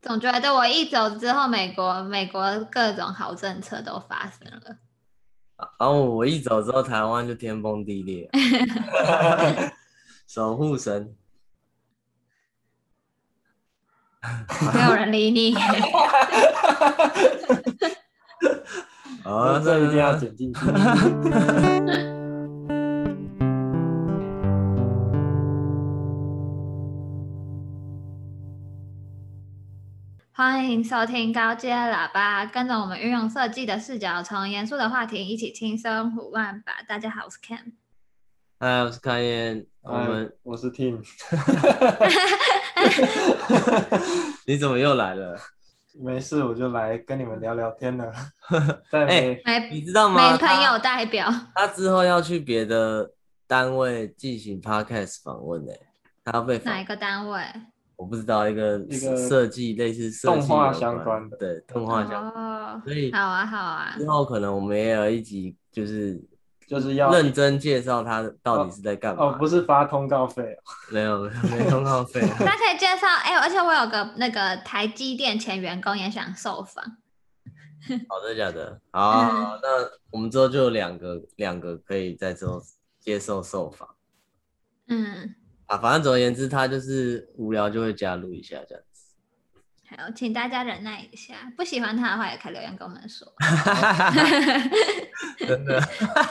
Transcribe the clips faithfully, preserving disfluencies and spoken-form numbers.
总觉得我一走之后，美国美国各种好政策都发生了。 然后我一走之后，台湾就天崩地裂。守护神， 没有人理你。 哦， 这一定要剪进去。 欢迎收听高阶喇叭，跟着我们运用设计的视角，从严肃的话题一起轻松胡乱吧。大家好，我是 Ken。 嗨，我是开彦，我们我是 Tim。 你怎么又来了？ 没事，我就来跟你们聊聊天了。 哎、 欸， 你知道吗？ 没朋友代表他，他之后要去别的单位进行 podcast 访问呢、欸，他要被访哪一个单位？ 我不知道，一个一个设计类似设计动画相关的， 对，动画相关， 哦， 所以好啊好啊， 之后可能我们也有一集，就是就是要认真介绍他到底是在干嘛。 哦，不是发通告费、哦， 没有没通告费。 他可以介绍，哎、欸，而且我有个那个台积电前员工也想受访。 好的，假的。好、啊嗯，那我们之后就有两个两个可以在之后接受受访。 嗯， 啊，反正总而言之，他就是无聊就会加入一下这样子。 好，请大家忍耐一下，不喜欢他的话也可以留言跟我们说。 真的。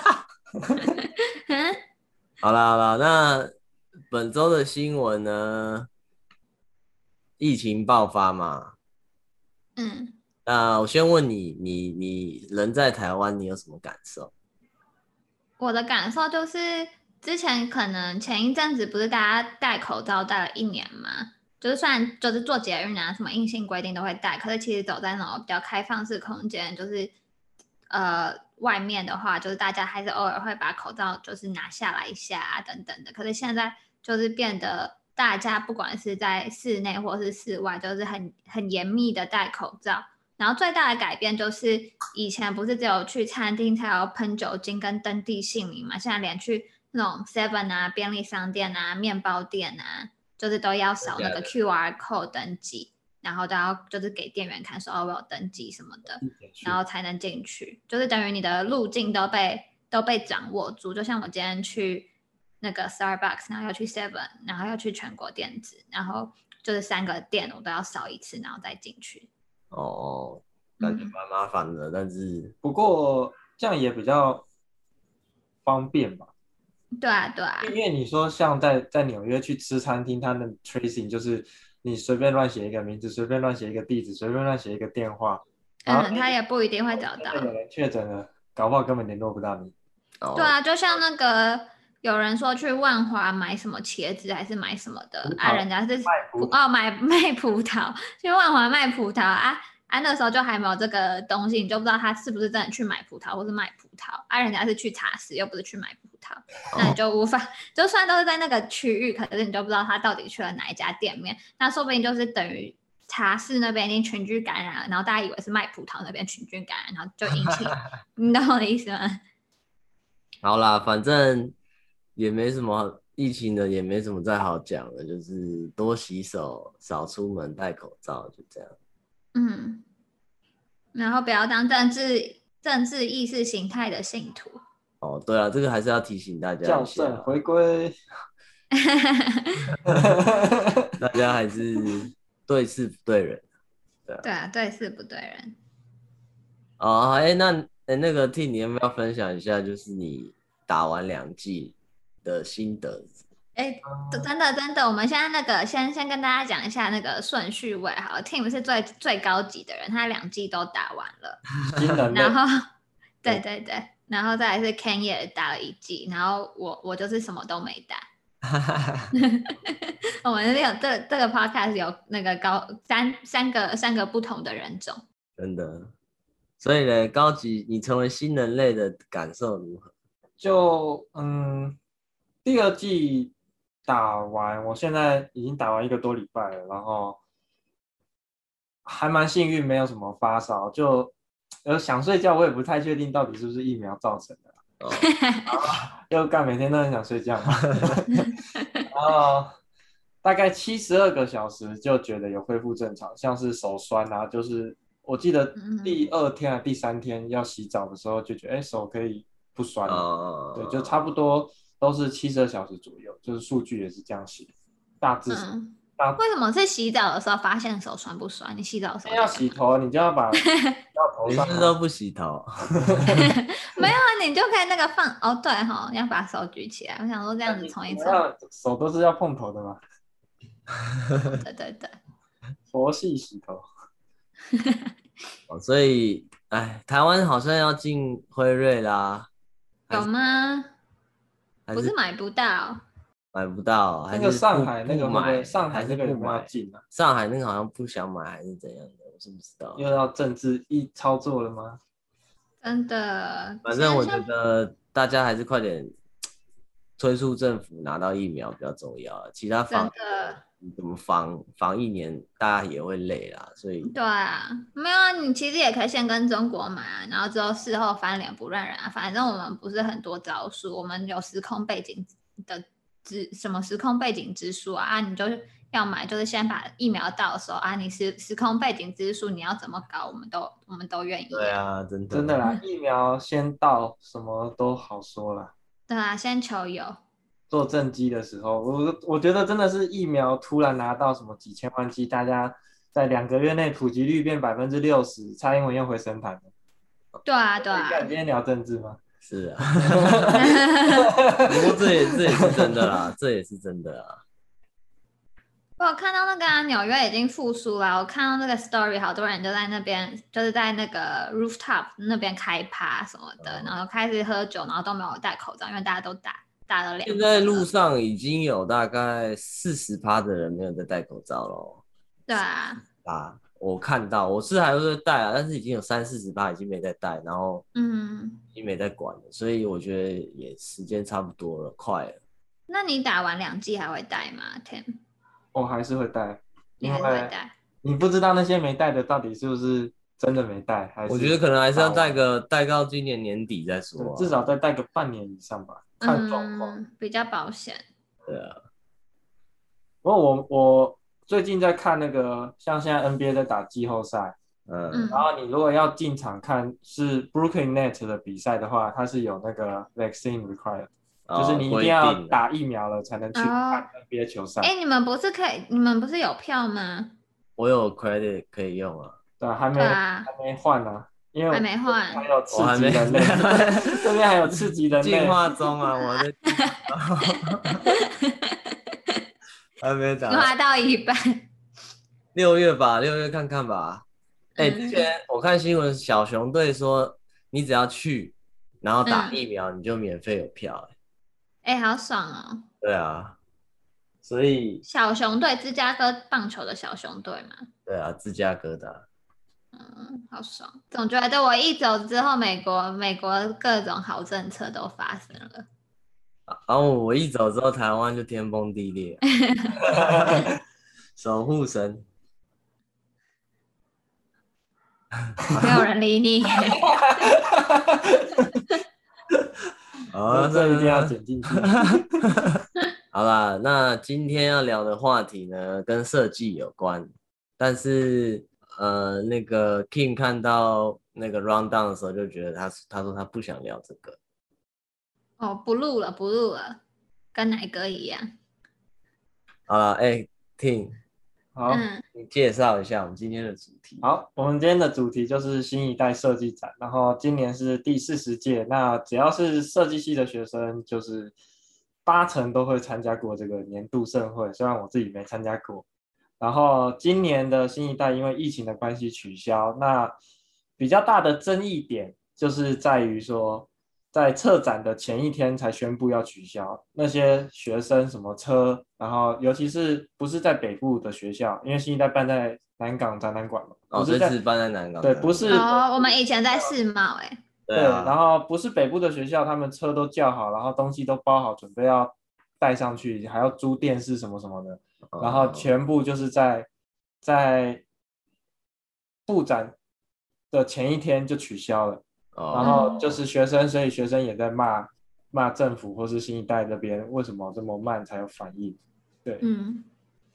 好啦好啦，那本周的新闻呢？疫情爆发嘛。 嗯。 那我先问你，你你人在台湾，你有什么感受？ 我的感受就是，之前可能前一阵子不是大家戴口罩戴了一年嘛，就是虽然就是做捷运啊，什么硬性规定都会戴，可是其实走在那种比较开放式空间，就是呃外面的话，就是大家还是偶尔会把口罩就是拿下来一下啊等等的。可是现在就是变得大家不管是在室内或是室外，就是很很严密的戴口罩。然后最大的改变就是，以前不是只有去餐厅才要喷酒精跟登记姓名嘛，现在连去那种 seven 啊、便利商店啊、面包店啊，就是都要扫那个 Q R code 登记，然后都要就是给店员看说哦我有登记什么的，然后才能进去，就是等于你的路径都被都被掌握住。就像我今天去那个 Starbucks， 然后要去 seven， 然后要去全国电子，然后就是三个店我都要扫一次，然后再进去。 哦，感觉蛮麻烦的，嗯、但是不过这样也比较方便吧？ 对啊，对啊。 因为你说像在在纽约去吃餐厅，它的 tracing 就是你随便乱写一个名字，随便乱写一个地址，随便乱写一个电话， 嗯，他也不一定会找到。 有人确诊了，搞不好根本联络不到你。 哦、 对啊，就像那个有人说去万华买什么茄子还是买什么的啊，人家是哦买卖葡萄，去万华卖葡萄啊啊，那时候就还没有这个东西，你就不知道他是不是真的去买葡萄或是卖葡萄啊，人家是去茶室又不是去买葡萄，那你就无法，就算都是在那个区域，可是你就不知道他到底去了哪一家店面，那说不定就是等于茶室那边已经群聚感染了，然后大家以为是卖葡萄那边群聚感染，然后就引起，你懂我的意思吗？ 好啦，反正也没什么疫情的，也没什么再好讲的，就是多洗手、少出门、戴口罩，就这样。 嗯，然后不要当政治政治意识形态的信徒。 哦，对啊，这个还是要提醒大家一下， 校正回归， 大家还是对事不对人。对啊， 对啊，对事不对人。 哦，哎、欸，那哎、欸、那个 T， 你要不要分享一下，就是你打完两剂的心得？ 哎、欸，真的真的，我们现在那个先先跟大家讲一下那个顺序位好 ，Tim 是最最高级的人，他两剂都打完了，然后对对对，然后再来是 Ken 也打了一剂，然后我我就是什么都没打。我们有这这个 podcast 有那个高三三个三个不同的人种， 真的。所以呢，高级你成为新人类的感受如何？ 就嗯，第二季打完，我现在已经打完一个多礼拜了，然后还蛮幸运，没有什么发烧，就呃想睡觉，我也不太确定到底是不是疫苗造成的。哦，又干每天都很想睡觉嘛。然后大概七十二个小时就觉得有恢复正常，像是手酸啊，就是我记得第二天啊、第三天要洗澡的时候就觉得，哎，手可以不酸了。 呃， 对，就差不多都是七十二小时左右，就是数据也是这样写，大致上。 嗯， 大为什么是洗澡的时候发现手酸不酸？你洗澡的时候要在干嘛？ 洗头，你就要把到头上啊。 你是不是都不洗头？ 没有啊，你就可以那个放哦，对哈、要把手举起来。我想说这样子冲一冲， 要手都是要碰头的嘛， 对对对， 佛系洗头。 哦所以，哎，台湾好像要进辉瑞啦，还有是吗？ 还是不是买不到， 买不到，还那个是不上海那个不会不会买， 上海还是那个有没有要不买？ 进啊？ 上海那个好像不想买，还是怎样的，我是不知道。 又要政治一操作了吗？ 真的。 反正我觉现在像得大家还是快点催促政府拿到疫苗比较重要啊，其他真防的， 怎么防防一年，大家也会累啦，所以对啊，没有啊，你其实也可以先跟中国买啊，然后之后事后翻脸不认人啊。反正我们不是很多招数，我们有时空背景的知什么时空背景之书啊，啊你就是要买，就是先把疫苗到的时候啊，你时时空背景之书你要怎么搞，我们都我们都愿意、 对啊，真的真的啦，疫苗先到，什么都好说啦。 对啊，先求有， 做正机的时候，我我觉得真的是疫苗突然拿到什么几千万剂，大家在两个月内普及率变百分之六十，蔡英文又回神坛了。 对啊对啊你，敢今天聊政治吗？ 是啊，不过这也这也是真的啦，这也是真的啦。 我有看到那个、啊、纽约已经复苏了，我看到那个 story， 好多人就在那边，就是在那个 rooftop 那边开趴什么的， 哦然后开始喝酒，然后都没有戴口罩，因为大家都打打了两现针了。 在路上已经有大概四十趴的人没有在戴口罩了。 对啊， 啊，我看到我是还会戴啊，但是已经有三四十趴已经没在戴，然后嗯， 已经没在管了，所以我觉得也时间差不多了，快了。 那你打完两剂还会戴吗 Tim？ 我还是会戴， 你因还是会戴？ 为你不知道那些没戴的到底是不是真的没戴，还是我觉得可能还是要戴个戴到今年年底再说、啊， 至少再戴个半年以上吧，看状况。 嗯，比较保险。 对啊， 不过我我最近在看那个，像现在 N B A 在打季后赛， 嗯， 嗯然后你如果要进场看是 Brooklyn Nets 的比赛的话，它是有那个 vaccine required，、 哦就是你一定要打疫苗了才能去看 N B A 球赛。 哎、你们不是可以？你们不是有票吗？ 我有 credit 可以用啊， 对，还没、 对啊， 还没换呢、啊，因为还没换还有刺我还没激人类，这边还有刺激人类进。化中啊，我在还没打， 花到一半。 六月吧，六月看看吧。哎、欸， 嗯之前我看新闻，小熊队说你只要去，然后打嗯疫苗，你就免费有票、欸。 哎、好爽哦！ 对啊，所以小熊队，芝加哥棒球的小熊队嘛， 对啊，芝加哥的啊、 嗯，好爽。总觉得我一走之后，美国美国各种好政策都发生了。 然后我一走之后，台湾就天崩地裂，守护神。 没有人理你。 好， 这一定要剪进去。 好啦，那今天要聊的话题呢，跟设计有关，但是呃，那个 Kim 看到那个 rundown 的时候，就觉得他他说他不想聊这个。 哦，不录了，不录了，跟奶哥一样。 好了，哎、欸、，Tim， 好， 嗯， 你介绍一下我们今天的主题。 好，我们今天的主题就是新一代设计展，然后今年是第四十届，那只要是设计系的学生，就是八成都会参加过这个年度盛会，虽然我自己没参加过。然后今年的新一代因为疫情的关系取消，那比较大的争议点就是在于说，在策展的前一天才宣布要取消，那些学生什么车，然后尤其是不是在北部的学校，因为新一代办在南港展览馆嘛， 哦， 不是在这次办在南港。 对，不是哦，我们以前在世贸，哎， 对， 对啊， 然后不是北部的学校，他们车都叫好，然后东西都包好，准备要带上去，还要租电视什么什么的，然后全部就是在在布展的前一天就取消了。 哦， 然后就是学生，所以学生也在骂骂政府或是新一代那边为什么这么慢才有反应。对， 嗯，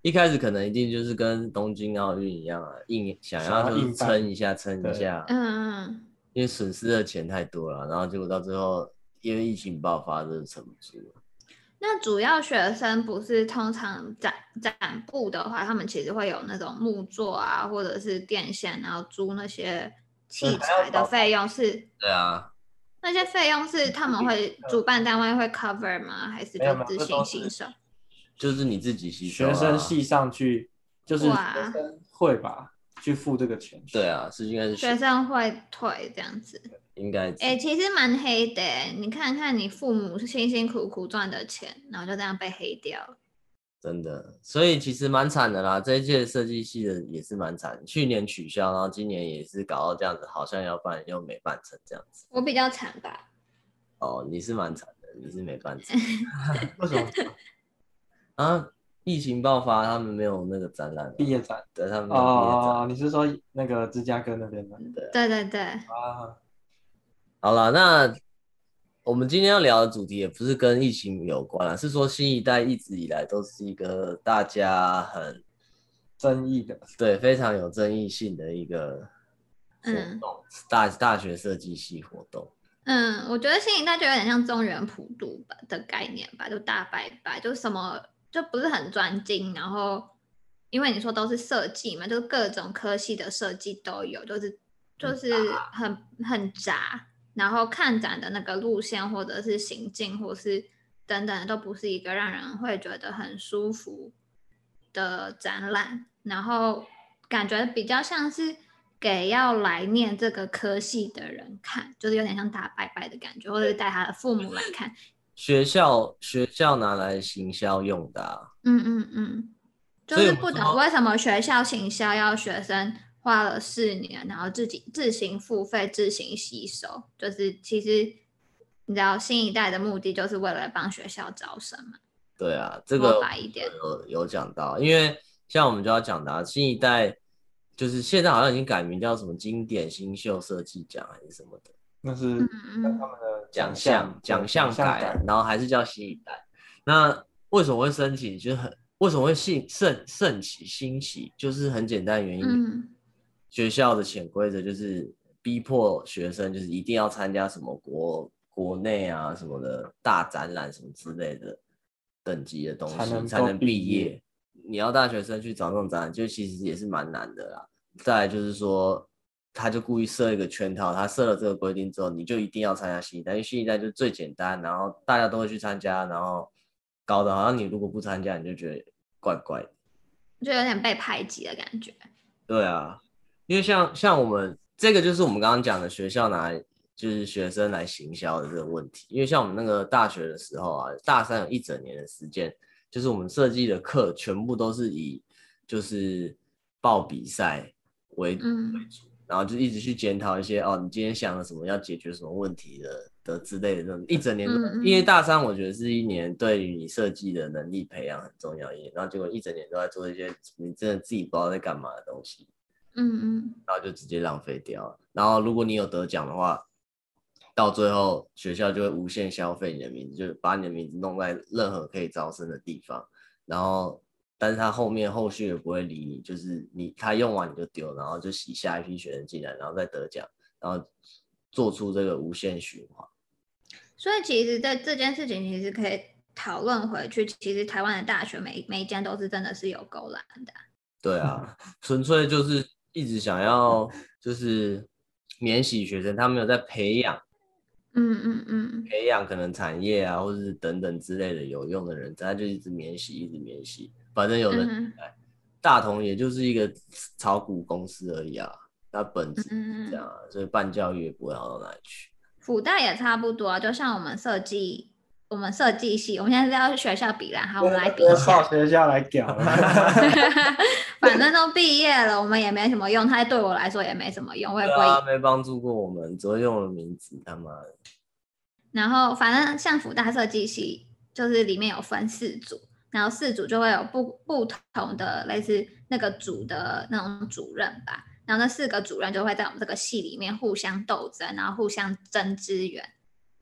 一开始可能一定就是跟东京奥运一样啊，硬想要就是撑一下撑一下， 嗯， 因为损失的钱太多了，然后结果到最后因为疫情爆发，真的撑不住了。 那主要学生不是通常展展布的话，他们其实会有那种木作啊，或者是电线，然后租那些器材的费用是？ 对啊， 那些费用是他们会主办单位会 cover 吗？还是就自行吸收？ 就是你自己吸收、 啊。学生系上去就是学生会吧，去付这个钱。 对啊，是应该是学生会退这样子。 应该哎、欸，其实蛮黑的。你看看你父母辛辛苦苦赚的钱，然后就这样被黑掉。 真的，所以其实蛮惨的啦。这一届设计系的也是蛮惨，去年取消，然后今年也是搞到这样子，好像要办又没办成这样子。 我比较惨吧？ 哦，你是蛮惨的，你是没办成。 为什么？ 啊，疫情爆发，他们没有那个展览， 毕业展。 对，他们没有毕业展。 哦，你是说那个芝加哥那边的？ 对， 对对对。 啊， 好了，那我们今天要聊的主题也不是跟疫情有关啦，是说新一代一直以来都是一个大家很争议的， 对，非常有争议性的一个活动，嗯、大大学设计系活动。 嗯，我觉得新一代就有点像中原普渡吧的概念吧，就大拜拜，就什么就不是很专精，然后因为你说都是设计嘛，就是各种科系的设计都有，就是就是很很杂，然后看展的那个路线或者是行径或是等等都不是一个让人会觉得很舒服的展览，然后感觉比较像是给要来念这个科系的人看，就是有点像大拜拜的感觉，或者是带他的父母来看。 学校学校拿来行销用的、啊， 嗯嗯嗯，就是不懂为什么学校行销要学生花了四年，然后自己自行付费、自行吸收，就是其实你知道新一代的目的就是为了帮学校招生嘛。 对啊，这个有有讲到，因为像我们就要讲的、啊、新一代，就是现在好像已经改名叫什么经典新秀设计奖还是什么的， 那是他们的奖项奖项改了，然后还是叫新一代。那为什么会升起？就是很为什么会兴盛盛起兴起？就是很简单的原因， 嗯、 学校的潜规则就是逼迫学生就是一定要参加什么国国内啊什么的大展览什么之类的。等级的东西才能, 才能毕业，你要大学生去找那种展览，就其实也是蛮难的啦。再来就是说，他就故意设一个圈套，他设了这个规定之后，你就一定要参加新一代，因为新一代就是最简单，然后大家都会去参加，然后搞得好像你如果不参加，你就觉得怪怪的， 就有点被排挤的感觉。 对啊，因为像像我们这个就是我们刚刚讲的学校拿来。就是学生来行销的这个问题，因为像我们那个大学的时候啊，大三有一整年的时间，就是我们设计的课全部都是以就是报比赛为主、嗯，然后就一直去检讨一些哦，你今天想了什么，要解决什么问题的的之类的那种，一整年都，嗯、因为大三我觉得是一年对于你设计的能力培养很重要一点，然后结果一整年都在做一些你真的自己不知道在干嘛的东西， 嗯嗯， 然后就直接浪费掉了。然后如果你有得奖的话，到最后，学校就会无限消费你的名字，就是把你的名字弄在任何可以招生的地方，然后，但是他后面后续也不会理你，就是你他用完你就丢，然后就洗下一批学生进来，然后再得奖，然后做出这个无限循环。 所以其实在这件事情其实可以讨论回去，其实台湾的大学每每一间都是真的是有够烂的。 对啊，纯粹就是一直想要就是免洗学生，他没有在培养。 嗯嗯嗯， 培养可能产业啊，或者是等等之类的有用的人，他就一直免洗，一直免洗，反正有人进来、嗯、大同也就是一个炒股公司而已啊，它本质是这样啊，所以办教育也不会好到哪里去。 辅大也差不多啊，就像我们设计，我们设计系，我们现在是要学校比啦，好，我们来比一下。 报学校来屌了， 反正都毕业了，我们也没什么用，他对我来说也没什么用，我也不会、 啊、没帮助过我们，只会用我的名字，他妈的。 然后反正像辅大设计系，就是里面有分四组，然后四组就会有不不同的类似那个组的那种主任吧，然后那四个主任就会在我们这个系里面互相斗争，然后互相争资源，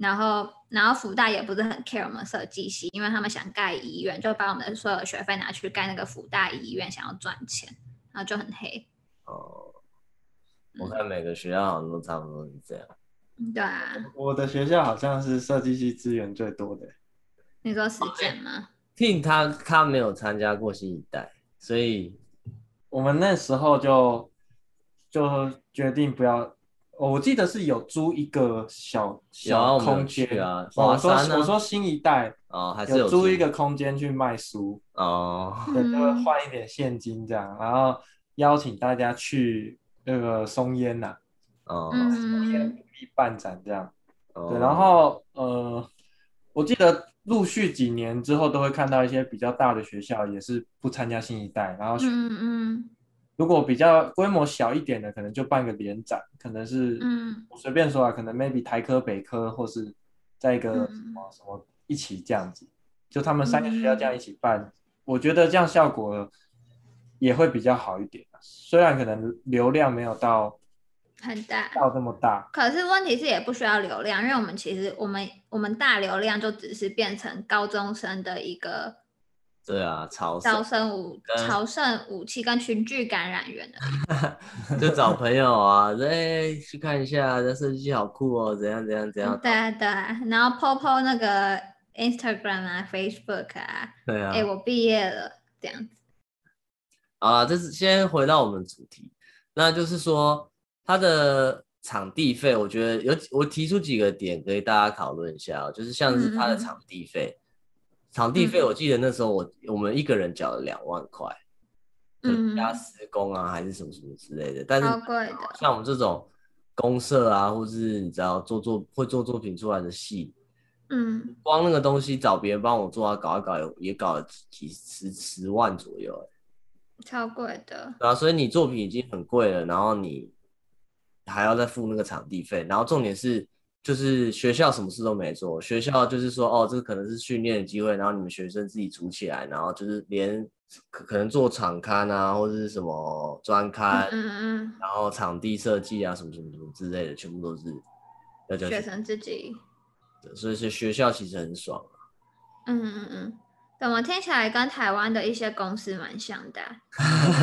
然后然后福大也不是很 care 我们设计系，因为他们想盖医院，就把我们的所有学费拿去盖那个福大医院，想要赚钱，然后就很黑。 哦，我看每个学校好像都差不多是这样。 对啊， 我的学校好像是设计系资源最多的。 你说实践吗？ Tim 他他没有参加过新一代，所以我们那时候就就决定不要。我记得是有租一个小有啊， 小我们有空间去啊， 哦我说华山啊， 我说新一代哦，还是有租一个空间去卖书， 哦， 对，就会嗯换一点现金这样，然后邀请大家去那个松烟呐、 哦， 松烟嗯独立办展这样。 哦对，然后呃，我记得陆续几年之后都会看到一些比较大的学校也是不参加新一代，然后嗯嗯如果比较规模小一点的，可能就办个联展，可能是嗯我随便说啊，可能 maybe 台科、北科，或是在一个什嗯么什么一起这样子，就他们三个学校这样嗯一起办，我觉得这样效果也会比较好一点。虽然可能流量没有到很大。 到这么大， 可是问题是也不需要流量，因为我们其实我们我们大流量就只是变成高中生的一个对啊，超招神， 生武跟朝圣武器跟群聚感染源而已。 就找朋友啊，哎、去看一下，这设计好酷哦，怎样怎样怎样， 对啊对啊，然后 po po 那个 Instagram 啊 Facebook 啊， 对啊哎、，我毕业了这样子。 好啦，这是先回到我们主题，那就是说它的场地费，我觉得有我提出几个点给大家讨论一下、哦，就是像是它的场地费，场地费我记得那时候我我们一个人缴了两万块，就加嗯， 施工啊还是什么什么之类的，但是超贵的。 像我们这种公社啊，或是你知道做做会做作品出来的系， 嗯， 光那个东西找别人帮我做啊，搞一搞也搞了几十十万左右、欸， 超贵的。 对啊，所以你作品已经很贵了，然后你还要再付那个场地费，然后重点是就是学校什么事都没做，学校就是说哦，这可能是训练的机会，然后你们学生自己组起来，然后就是连可可能做场刊啊，或者是什么专刊， 嗯嗯然后场地设计啊，什么什么什么之类的，全部都是要交嗯，学生自己。 的，所以是学校其实很爽。 嗯嗯嗯，怎么听起来跟台湾的一些公司蛮像的啊？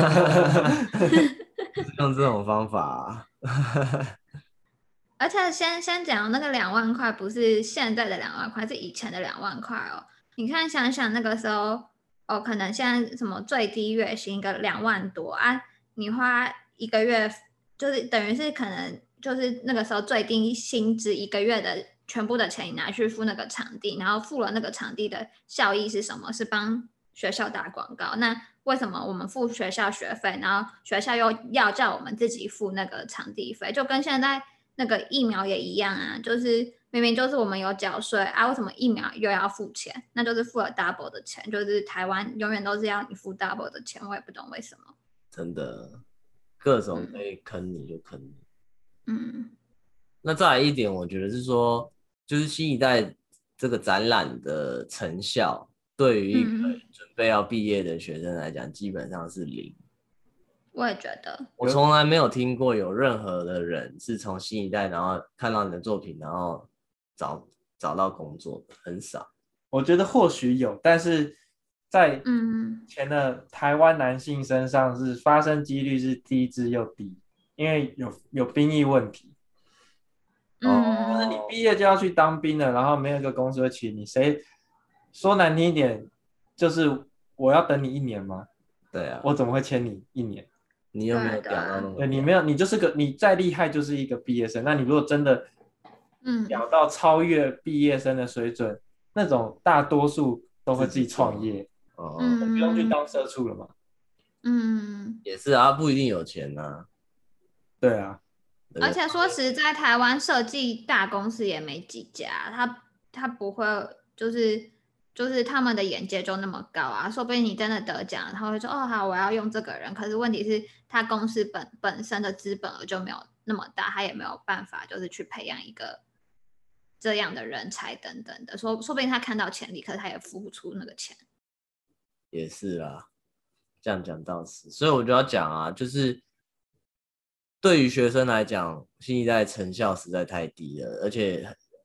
用这种方法、啊， 而且先先讲那个两万块，不是现在的两万块，是以前的两万块哦。你看想想那个时候，哦，可能现在什么最低月薪一个两万多啊，你花一个月就是等于是可能就是那个时候最低薪资一个月的全部的钱你拿去付那个场地，然后付了那个场地的效益是什么？是帮学校打广告。那为什么我们付学校学费，然后学校又要叫我们自己付那个场地费？就跟现在那个疫苗也一样啊，就是明明就是我们有缴税啊，为什么疫苗又要付钱？那就是付了 double 的钱，就是台湾永远都是要你付 double 的钱，我也不懂为什么。 真的各种可以坑你就坑你。 嗯那再来一点，我觉得是说，就是新一代这个展览的成效，对于一个嗯， 准备要毕业的学生来讲，基本上是零。 我也觉得。 我从来没有听过有任何的人是从新一代，然后看到你的作品，然后找找到工作的，很少。 我觉得或许有，但是在嗯前的台湾男性身上是发生几率是低之又低，因为有有兵役问题。 嗯， 就是你毕业就要去当兵了，然后没有一个公司会请你，谁说难听一点，就是我要等你一年吗？ 对啊， 我怎么会签你一年？ 你有没有对啊屌到那么屌？ 对你没有，你就是个你再厉害就是一个毕业生。那你如果真的嗯屌到超越毕业生的水准，那种大多数都会自己创业， 哦， 嗯不用去当社畜了嘛。 嗯， 也是啊，不一定有钱啊。 对啊， 对不对而且说实在，台湾设计大公司也没几家，他他不会就是就是他们的眼界就那么高啊，说不定你真的得奖，他会说哦好，我要用这个人，可是问题是他公司本本身的资本额就没有那么大，他也没有办法就是去培养一个这样的人才等等的，说说不定他看到潜力，可是他也付不出那个钱。 也是啦，这样讲倒是，所以我就要讲啊，就是对于学生来讲，新一代成效实在太低了，而且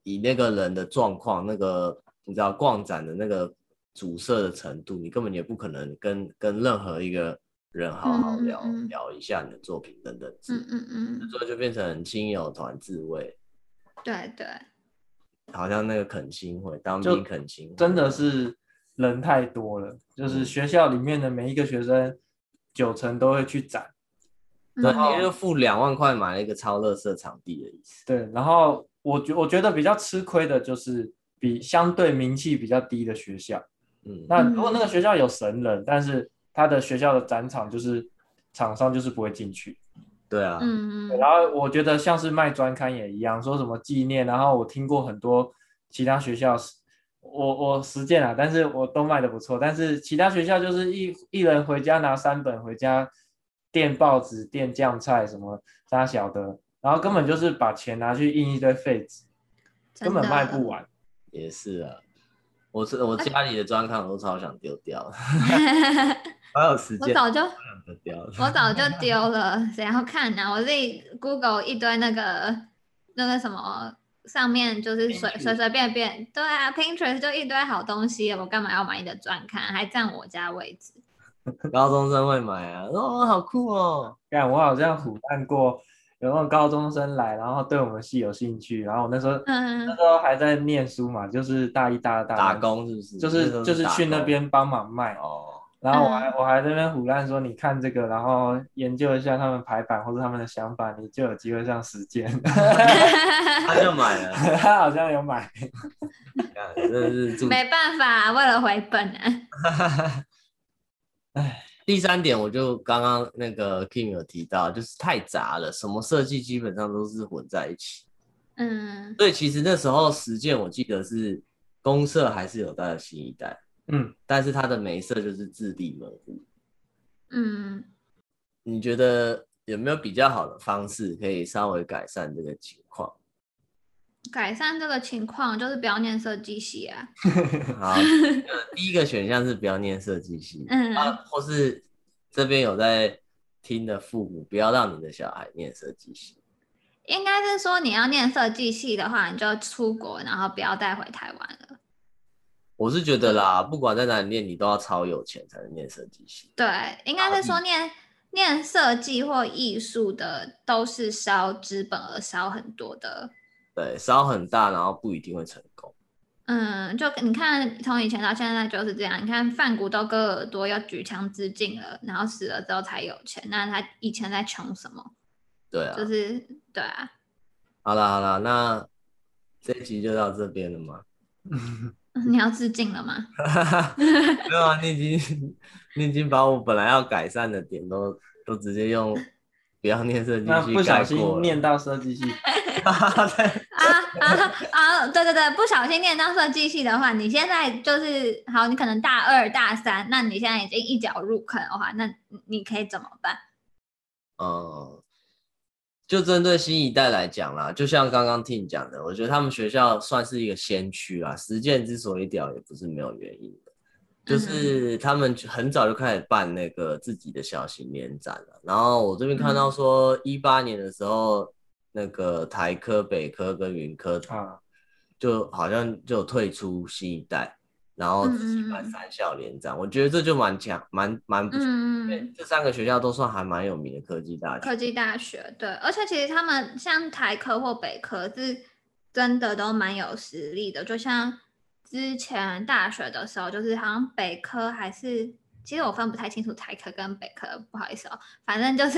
以那个人的状况，那个你知道逛展的那个阻塞的程度，你根本也不可能跟跟任何一个人好好聊、 嗯嗯嗯聊一下你的作品等等之类的， 嗯嗯嗯， 最后就变成亲友团自慰， 对对， 好像那个恳亲会，当就兵恳亲会， 真的是人太多了，就是嗯学校里面的每一个学生九成都会去展， 对， 嗯你就付两万块买了一个超垃圾场地的意思。 对，然后我觉我觉得比较吃亏的就是比相对名气比较低的学校。 嗯， 那如果那个学校有神人，但是他的学校的展场就是厂商就是不会进去。 对啊， 对， 嗯嗯然后我觉得像是卖专刊也一样，说什么纪念，然后我听过很多其他学校，我我实践了，但是我都卖的不错，但是其他学校就是一一人回家拿三本回家垫报纸、垫酱菜什么啥小的，然后根本就是把钱拿去印一堆废纸，根本卖不完。 也是啊，我是我家里的专刊我都超想丢掉，还有时间我早就想丢掉了。 我早就丢了，谁要看呢、啊？我自己 Google 一堆那个那个什么，上面就是随 Pinterest 随随便便，对啊，Pinterest 就一堆好东西，我干嘛要买你的专刊，还占我家位置？ 高中生会买啊，哦，好酷哦。 干，我好像唬烂过有那种高中生来，然后对我们系有兴趣，然后我那时候、 嗯那时候还在念书嘛，就是大一、大二、大打三， 工是不是？ 就是就是去那边帮忙卖。 哦。 然后我还、嗯、我还在那边唬烂说，你看这个，然后研究一下他们排版或者他们的想法，你就有機會上实践。 他就买了， 他好像有買。 真的是没辦法，為了回本啊。 第三點我就剛剛那個 Kim 有提到，就是太雜了，什麼設計基本上都是混在一起。 嗯， 所以其實那時候實踐我記得是公社還是有帶了新一代， 嗯， 但是它的每一色就是質地門戶。 嗯， 你覺得有沒有比較好的方式可以稍微改善這個情況？ 改善這個情況就是不要念設計系啊。 好，第一個選項是不要念設計系， 嗯、 啊，或是這邊有在聽的父母，不要讓你的小孩念設計系。 應該是說你要念設計系的話，你就出國，然後不要帶回台灣了。 我是覺得啦，不管在哪裡念，你都要超有錢才能念設計系。 對，應該是說念念設計或藝術的，都是燒資本額燒很多的。 對，燒很大，然後不一定會成功。 嗯，就你看，從以前到現在就是這樣。你看梵谷都割耳朵要舉槍自盡了，然後死了之後才有錢。那他以前在窮什麼？ 對啊， 就是對啊。 好啦好啦，那這一集就到這邊了嗎？ 你要致敬了嗎？ 沒有啊，你已經你已經把我本來要改善的點都都直接用不要念設計系， 那不小心念到設計系。 啊啊啊！對對對，不小心念到設計系的話，你現在就是好，你可能大二大三，那你現在已經一腳入坑的話，那你可以怎麼辦？ 嗯，就針對新一代來講啦，就像剛剛聽講的，我覺得他們學校算是一個先驅啦。實踐之所以屌，也不是沒有原因的，就是他們很早就開始辦那個自己的小型聯展了。然後我這邊看到說，一八年的時候。那個台科、北科跟雲科啊，就好像就退出新一代，然後自己辦三校聯展，嗯、我覺得這就蠻強，蠻蠻不錯。嗯，因為這三個學校都算還蠻有名的科技大學。 科技大學，對，而且其實他們像台科或北科是真的都蠻有實力的，就像之前大學的時候，就是好像北科還是，其實我分不太清楚台科跟北科，不好意思哦，反正就是。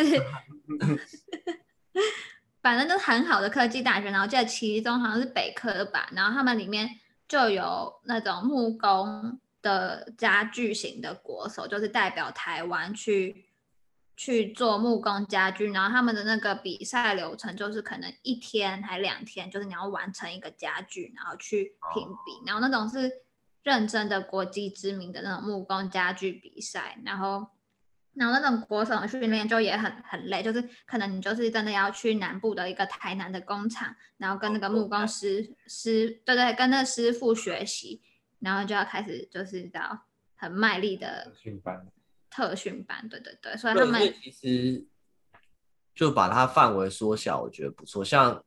反正都是很好的科技大學，然後記得其中好像是北科吧，然後他們裡面就有那種木工的家具型的國手，就是代表台灣去去做木工家具，然後他們的那個比賽流程就是可能一天還兩天，就是你要完成一個家具，然後去評比，然後那種是認真的國際知名的那種木工家具比賽，然後。然後那種國手的訓練就也很很累，就是可能你就是真的要去南部的一個台南的工廠，然後跟那個木工師師，對對，跟那個師傅學習，然後就要開始就是到很賣力的特訓班，特訓班，對對對，所以他們其實就把它範圍縮小，我覺得不錯。像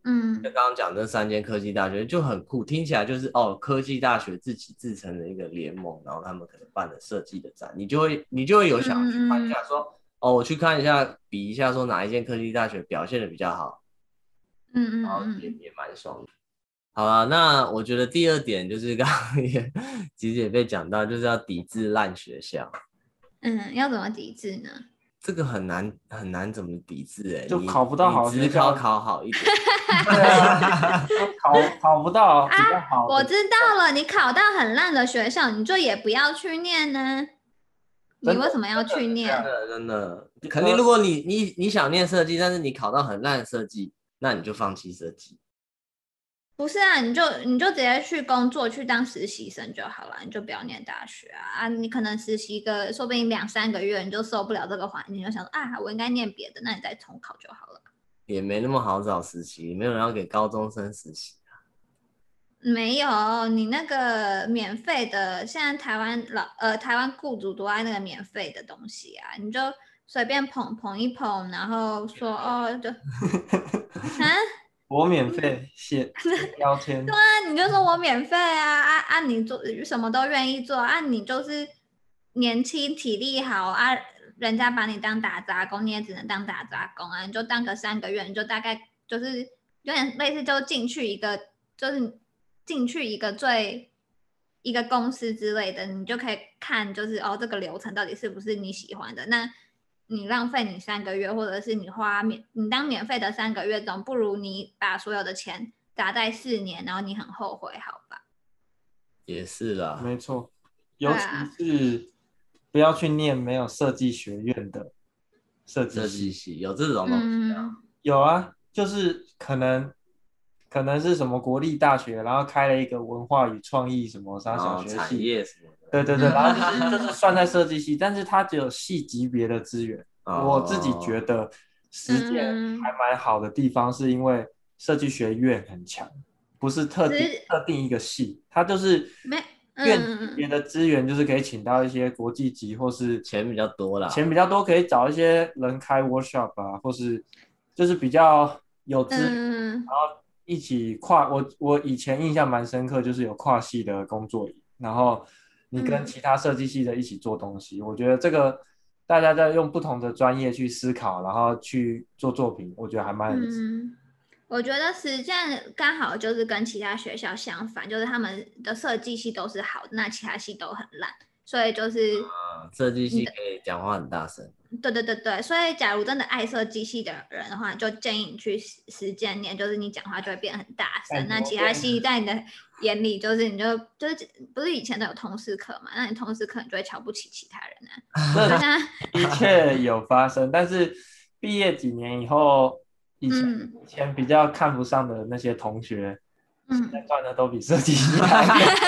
嗯， 就刚刚讲这三间科技大学就很酷，听起来就是哦，科技大学自己自成的一个联盟，然后他们可能办了设计的展，你就会你就会有想去看一下说，嗯、哦，我去看一下，比一下说哪一间科技大学表现的比较好， 嗯嗯然后也嗯， 也蛮爽的。好啦，那我觉得第二点就是刚刚也其实也被讲到，就是要抵制烂学校。 嗯，要怎么抵制呢？ 这个很难很难怎么抵制哎、欸， 就考不到好学校， 你只考考好一点， 对啊，考考不到比较好、 啊。我知道了，你考到很烂的学校，你就也不要去念呢。你为什么要去念？ 真的真的，肯定如果你你你想念设计，但是你考到很烂的设计，那你就放弃设计。 不是啊，你就你就直接去工作，去当实习生就好了，你就不要念大学啊。啊，你可能实习个，说不定两三个月，你就受不了这个环境，就想说啊，我应该念别的，那你再重考就好了。 也没那么好找实习，没有人要给高中生实习啊。 没有，你那个免费的，现在台湾老呃台湾雇主都爱那个免费的东西啊，你就随便捧捧一捧，然后说哦就啊。 我免费写标签， 对啊，你就说我免费啊啊啊！你做什么都愿意做啊，你就是年轻体力好啊，人家把你当打杂工，你也只能当打杂工啊，你就当个三个月，你就大概就是有点类似，就进去一个，就是进去一个最一个公司之类的，你就可以看，就是哦这个流程到底是不是你喜欢的那。你浪费你三个月，或者是你花免你当免费的三个月，总不如你把所有的钱砸在四年，然后你很后悔，好吧？ 也是啦， 没错，尤其是不要去念没有设计学院的设计设计系，有这种东西啊？ 嗯、 有啊，就是可能可能是什么国立大学，然后开了一个文化与创意什么啥小学系， 产业什么的。 对对对，然后就是就是算在设计系，但是它只有系级别的资源。 哦、 我自己觉得实践还蛮好的地方，是因为设计学院很强，不是特定特定一个系，它就是院级别的资源，就是可以请到一些国际级或是钱比较多啦， 钱比较多，可以找一些人开 workshop 啊，或是就是比较有资源， 嗯、 然后一起跨。我我以前印象蛮深刻，就是有跨系的工作营，然后你跟其他设计系的一起做东西，嗯、我觉得这个大家在用不同的专业去思考，然后去做作品，我觉得还蛮有意思。 嗯，我觉得实践刚好就是跟其他学校相反，就是他们的设计系都是好的，那其他系都很烂，所以就是设计系可以讲话很大声。 对对对对，所以假如真的爱设计系的人的话，就建议你去实践念，就是你讲话就会变很大声。那其他系在你的眼里，就是你就就是不是以前都有通识课嘛？那你通识课你就会瞧不起其他人啊。这的确有发生，但是毕业几年以后，以前、嗯、以前比较看不上的那些同学，嗯、现在赚的都比设计系还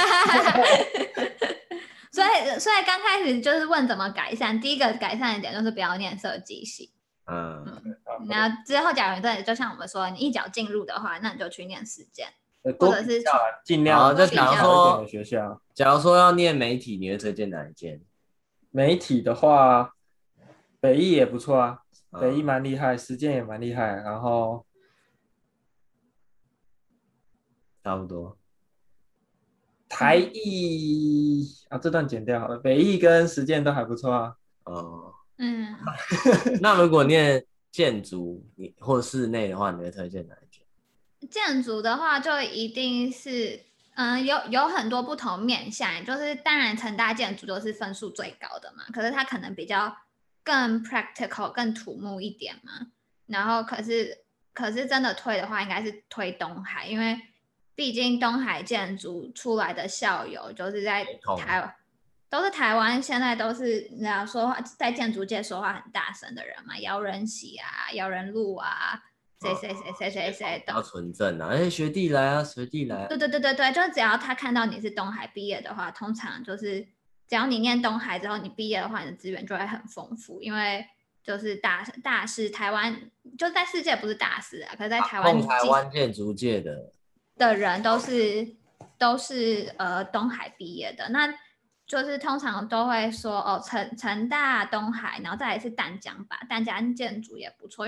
所以，所以刚开始就是问怎么改善。第一个改善的点就是不要念设计系。嗯，嗯然后之后，假如真的就像我们说，你一脚进入的话，那你就去念实践，或者是尽量。 就假如说学校， 假如说要念媒体，你会推荐哪一间？ 媒体的话，北艺也不错啊，嗯、北艺蛮厉害，实践也蛮厉害，然后差不多。 台艺啊，这段剪掉好了。北艺跟实践都还不错啊。 哦， 嗯， 那如果念建筑，你或室内的话，你会推荐哪一间？ 建筑的话，就一定是，嗯，有有很多不同面向，就是当然成大建筑都是分数最高的嘛，可是它可能比较更 practical、更土木一点嘛。然后可是可是真的推的话，应该是推东海，因为毕竟东海建筑出来的校友就是在台湾，都是台湾现在都是你知道说话在建筑界说话很大声的人嘛，姚仁喜啊、姚仁禄啊，谁谁谁谁谁谁的， 要纯正啊！哎、欸，学弟来啊，学弟来、啊。 对对对对对，就只要他看到你是东海毕业的话，通常就是只要你念东海之后，你毕业的话，你的资源就会很丰富，因为就是大大师台湾就在世界不是大师啊，可是在台湾， 台湾建筑界的。 的人都是都是呃东海毕业的，那就是通常都会说哦成成大东海，然后再来是淡江吧，淡江建筑也不错，因为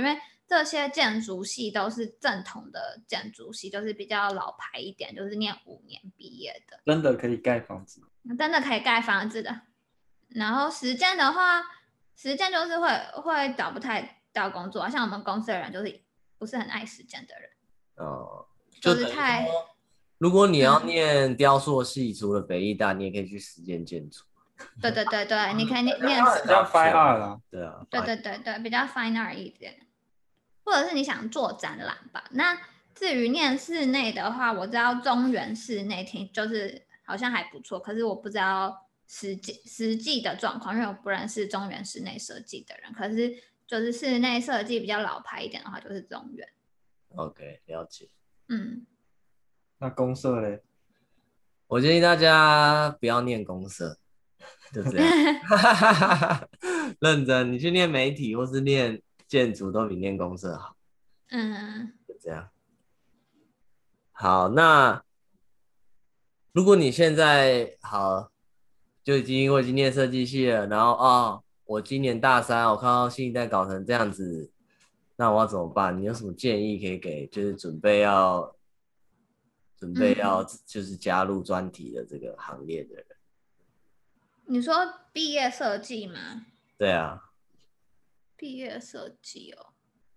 这些建筑系都是正统的建筑系，就是比较老牌一点，就是念五年毕业的， 真的可以盖房子， 真的可以盖房子的。然后实践的话，实践就是会会找不太到工作，像我们公司的人就是不是很爱实践的人， 哦， 就就是等于太说，如果你要嗯念雕塑系，除了北艺大，你也可以去实践建筑。 对对对对，你可以念念它很像 Fine Art 啦。 对啊， 对对对对，比较 fine art 一点，或者是你想做展览吧。那至于念室内的话，我知道中原室内厅就是好像还不错，可是我不知道实际实际的状况，因为我不认识中原室内设计的人。可是就是室内设计比较老牌一点的话，就是中原。 OK， 了解。 嗯， 那公社嘞？ 我建议大家不要念公社，就这样。认真，你去念媒体或是念建筑，都比念公社好。 嗯， 就这样。好，那如果你现在好，就已经我已经念设计系了，然后哦，我今年大三，我看到新一代搞成这样子，那我要怎么办？你有什么建议可以给？就是准备要准备要就是加入专题的这个行列的人？ 你说毕业设计吗？ 对啊， 毕业设计哦。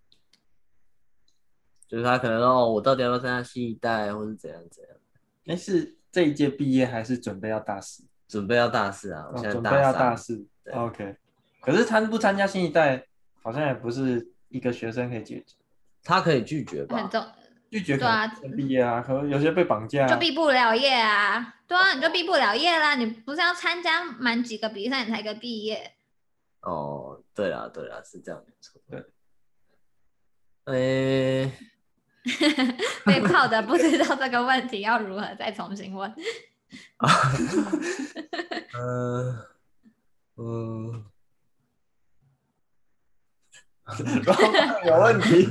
就是他可能哦，我到底要不要参加新一代，或是怎样怎样？ 哎，是这一届毕业还是准备要大四？ 准备要大四啊，我哦， 现在准备要大三。 大四。OK， 可是参不参加新一代，好像也不是一个学生可以解决。 他可以拒绝吧？ 很重， 拒绝可对啊， 能毕业啊，可能有些被绑架啊， 就毕不了业啊，对啊，你就毕不了业啦。你不是要参加满几个比赛你才可以毕业？ 哦，对啦对啦，是这样没错。 对， 诶、 被泡的不知道这个问题要如何再重新问。 嗯嗯， 有问题。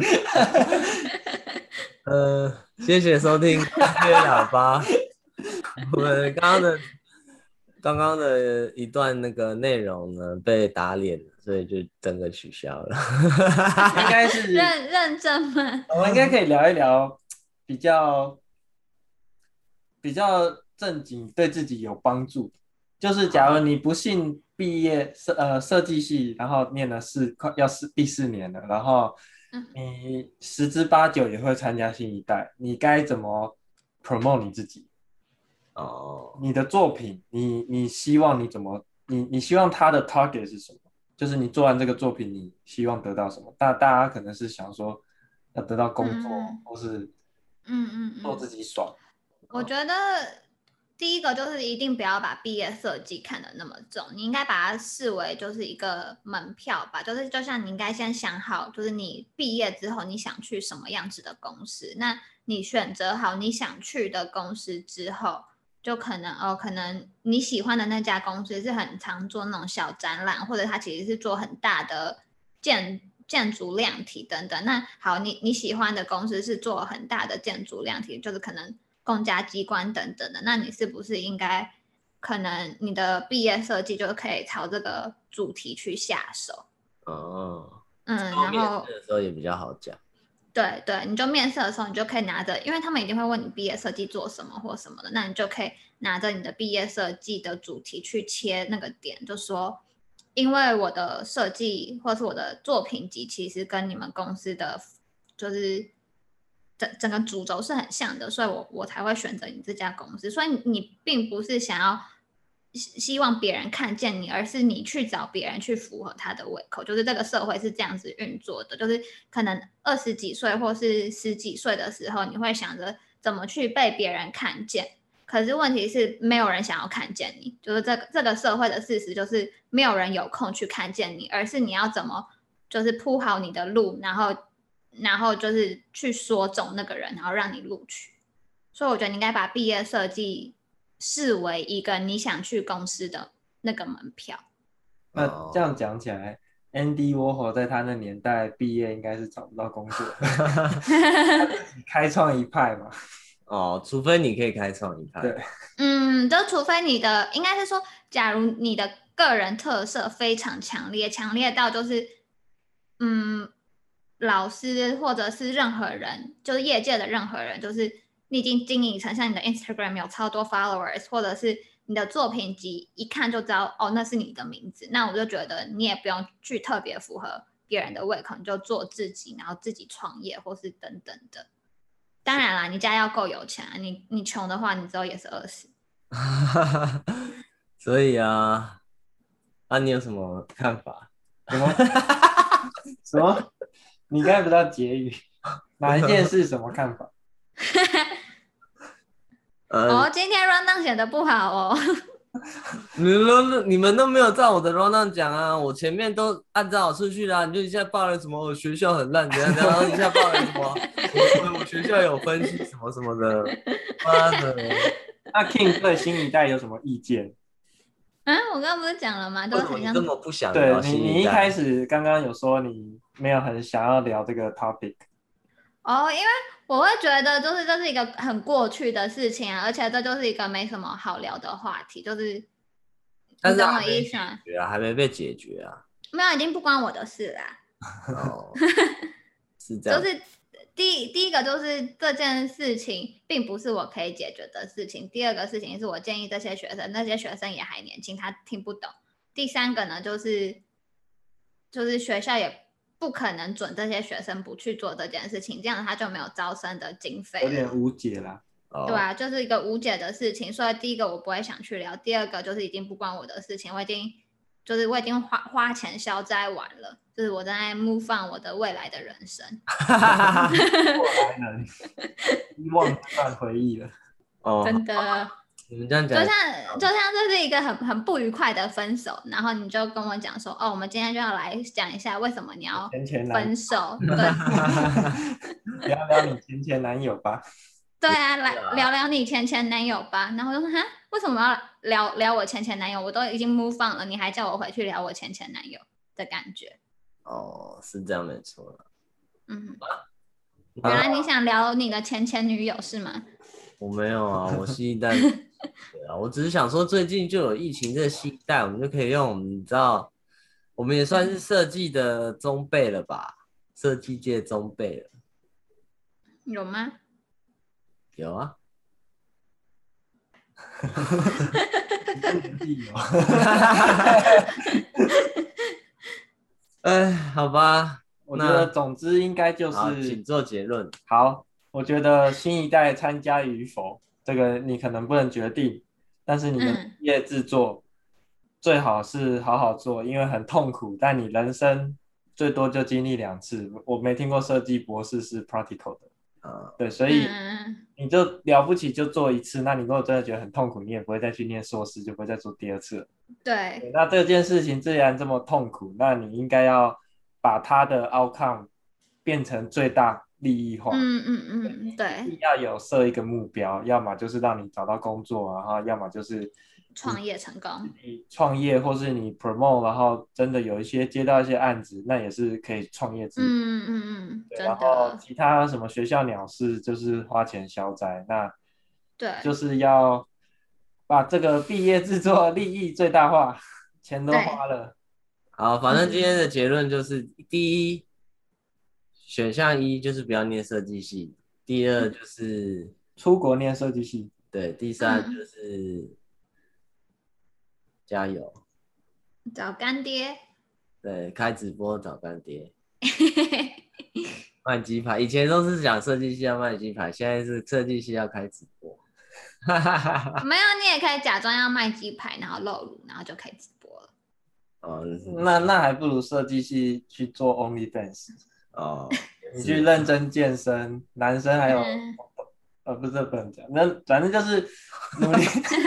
呃，谢谢收听音乐喇叭。我们刚刚的刚刚的一段那个内容呢被打脸了，所以就整个取消了。 应该是认认真吗？ 我们应该可以聊一聊比较比较正经、对自己有帮助。就是假如你不幸毕业设呃设计系，然后念了四快要四第四年了，然后你十之八九也会参加新一代，你该怎么 promote 你自己？ 哦， 你的作品，你你希望你怎么你你希望他的 target 是什么？就是你做完这个作品，你希望得到什么？大大家可能是想说要得到工作， 嗯或是嗯嗯做自嗯， 己爽。 我觉得第一个就是一定不要把毕业设计看得那么重，你应该把它视为就是一个门票吧，就是就像你应该先想好，就是你毕业之后你想去什么样子的公司，那你选择好你想去的公司之后，就可能哦，可能你喜欢的那家公司是很常做那种小展览，或者它其实是做很大的建建筑量体等等。那好，你你喜欢的公司是做很大的建筑量体，就是可能公家机关等等的，那你是不是应该可能你的毕业设计就可以朝这个主题去下手？ 哦， 嗯，然面后试的时候也比较好讲。 对对，你就面试的时候，你就可以拿着，因为他们一定会问你毕业设计做什么或什么的，那你就可以拿着你的毕业设计的主题去切那个点，就说，因为我的设计或是我的作品集其实跟你们公司的就是整整个主轴是很像的，所以我我才会选择你这家公司。所以你并不是想要希希望别人看见你，而是你去找别人去符合他的胃口。就是这个社会是这样子运作的，就是可能二十几岁或是十几岁的时候，你会想着怎么去被别人看见。可是问题是，没有人想要看见你，就是这个这个社会的事实，就是没有人有空去看见你，而是你要怎么就是铺好你的路，然后然后就是去说中那个人，然后让你录取。所以我觉得你应该把毕业设计视为一个你想去公司的那个门票。 那这样讲起来，Andy Warhol 在他那年代毕业应该是找不到工作，他自己开创一派嘛。 哦，除非你可以开创一派。 对， 嗯，就除非你的应该是说，假如你的个人特色非常强烈，强烈到就是，嗯， 老师或者是任何人，就是业界的任何人，就是你已经经营成像你的 Instagram 有超多 followers， 或者是你的作品集一看就知道哦，那是你的名字，那我就觉得你也不用去特别符合别人的胃口，你就做自己，然后自己创业或是等等的。当然啦，你家要够有钱啊，你你穷的话，你之后也是饿死。 所以啊，啊，你有什么看法？ 什么什么？你刚才不知道结语，哪一件事什么看法？ 呃， 哦，今天 rundown 写的不好哦。 你们都你们都没有照我的 rundown 讲啊，我前面都按照好顺序啦、啊，你就一下报了什么我学校很烂怎样，然后一下报了什么我我学校有分析什么什么的，妈的！ 那 King 对新一代有什么意见？ 嗯，我刚刚不是讲了吗？ 为什么你这么不想对聊新你，你一一代？ 开始刚刚有说你没有很想要聊这个 topic。 哦，因为我会觉得就是这是一个很过去的事情啊，而且这就是一个没什么好聊的话题，就是但是你懂我还没解意思吗？ 决啊，还没被解决啊。 没有，已经不关我的事啦。 哦，是这样。 就是第第一个就是这件事情并不是我可以解决的事情，第二个事情是我建议这些学生，那些学生也还年轻，他听不懂。第三个呢，就是就是学校也不可能准这些学生不去做这件事情，这样他就没有招生的经费了， 有点无解啦。 对啊，就是一个无解的事情。所以第一个我不会想去聊，第二个就是已经不关我的事情，我已经就是我已经花花钱消灾完了，就是我在 move on 我的未来的人生。 过来人，遗忘这段回忆了。 哦， 真的。 你们这样讲， 就像就像这是一个很很不愉快的分手，然后你就跟我讲说，哦，我们今天就要来讲一下为什么你要分手。对， 聊聊你前前男友吧。 对啊，来聊聊你前前男友吧。然后我就说，哈，为什么要聊聊我前前男友？我都已经 move on 了，你还叫我回去聊我前前男友的感觉？ 哦，是这样没错了。 嗯， 啊、 原来你想聊你的前前女友是吗？ 我没有啊，我新一代对啊，我只是想说，最近就有疫情这个新一代，我们就可以用我们，你知道，我们也算是设计的中辈了吧？设计界中辈了。 有吗？ 有啊。 年纪有。 哎，好吧， 我觉得总之应该就是， 请做结论。 好，我觉得新一代参加与否，这个你可能不能决定，但是你的毕业制作最好是好好做，因为很痛苦，但你人生最多就经历两次。我没听过设计博士是 practical 的。Uh, 对，所以你就了不起就做一次，那你如果真的觉得很痛苦，你也不会再去念硕士，就不会再做第二次了。 对， 对，那这件事情既然这么痛苦，那你应该要把它的 outcome 变成最大利益化。 嗯嗯嗯，对， 要有设一个目标，要么就是让你找到工作，然后要么就是创业成功。 你创业或是你 promote， 然后真的有一些接到一些案子，那也是可以创业之路。 嗯嗯嗯，真的。 然后其他什么学校鸟事就是花钱消灾，那对， 就是要把这个毕业制作利益最大化，钱都花了。 好，反正今天的结论就是，第一，选项一就是不要念设计系，第二就是出国念设计系， 对，第三就是、嗯、加油， 找干爹， 对，开直播找干爹。卖鸡排，以前都是讲设计系要卖鸡排，现在是设计系要开直播。 没有，你也可以假装要卖鸡排，然后露乳，然后就可以直播了。 哦，那那还不如设计系去做 OnlyFans 哦。 你去认真健身，男生还有，嗯、呃，不是不能讲，那反正就是努力，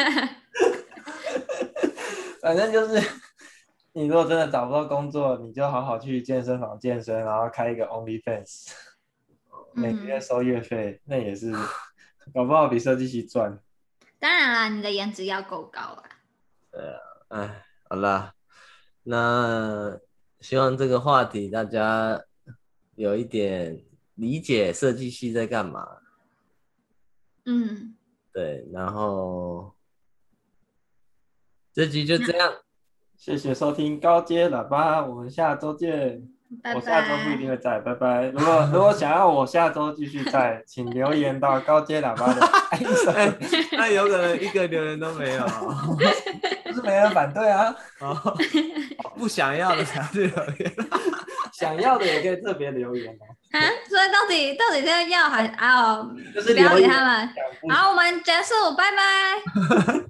反正就是。你如果真的找不到工作，你就好好去健身房健身，然后开一个 OnlyFans，、嗯、每个月收月费，那也是搞不好比设计系赚。 当然啦，你的颜值要够高啊。 对啊，哎，好啦，那希望这个话题大家有一点理解设计系在干嘛。 嗯， 对，然后这集就这样。 谢谢收听高阶喇叭，我们下周见。 拜我下周不一拜。 定会在，拜拜。如果如果想要我下周继续在，请留言到高阶喇叭的 I G 哎那有可能一个留言都没有， 不是没人反对啊， 哦不想要的才是留言。 想要的也可以特别留言哦。 啊，所以到底到底是要还啊、哦？ 就是不要留言理他们。 讲不好，我们结束，拜拜。